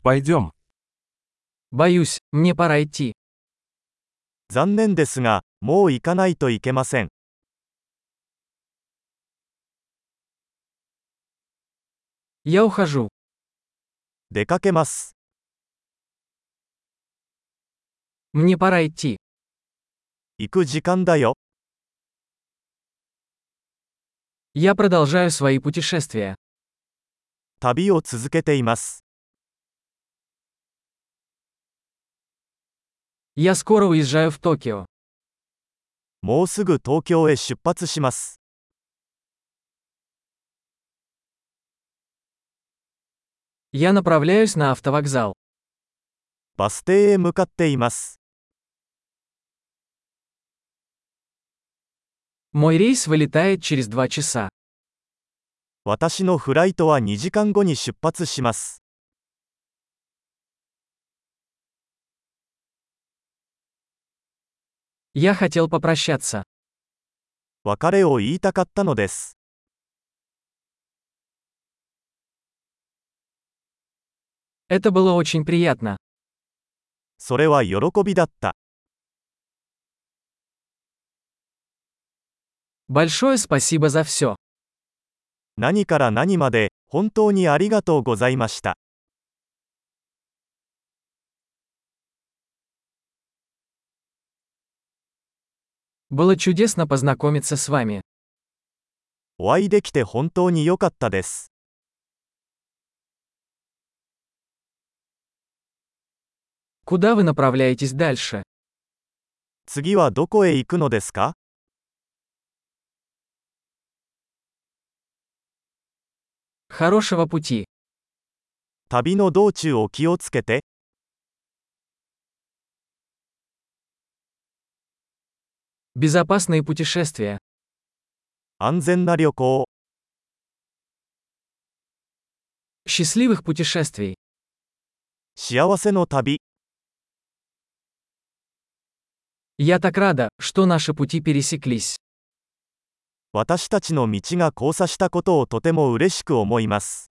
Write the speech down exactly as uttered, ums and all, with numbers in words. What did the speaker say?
Пойдем. Боюсь, мне пора идти. 残念ですが、もう行かないといけません。 Я ухожу. 出かけます。 Мне пора идти. 行く時間だよ。 Я продолжаю свои путешествия. 旅を続けています。 Я скоро уезжаю в Токио. もうすぐ東京へ出発します。 Я направляюсь на автовокзал. バス停へ向かっています。 Мой рейс вылетает через два часа. 私のフライトはにじかんごに出発します。 Я хотел попрощаться. 別れを言いたかったのです。 Это было очень приятно. それは喜びだった。 Большое спасибо за все. 何から何まで、本当にありがとうございました。 Было чудесно познакомиться с вами. お会いできて本当に良かったです。 Куда вы направляетесь дальше? 次はどこへ行くのですか？ Хорошего пути. 旅の道中を気をつけて。 Безопасные путешествия. 安全な旅行。 Счастливых путешествий. 幸せの旅。 Я так рада, что наши пути пересеклись. 私たちの道が交差したことをとても嬉しく思います。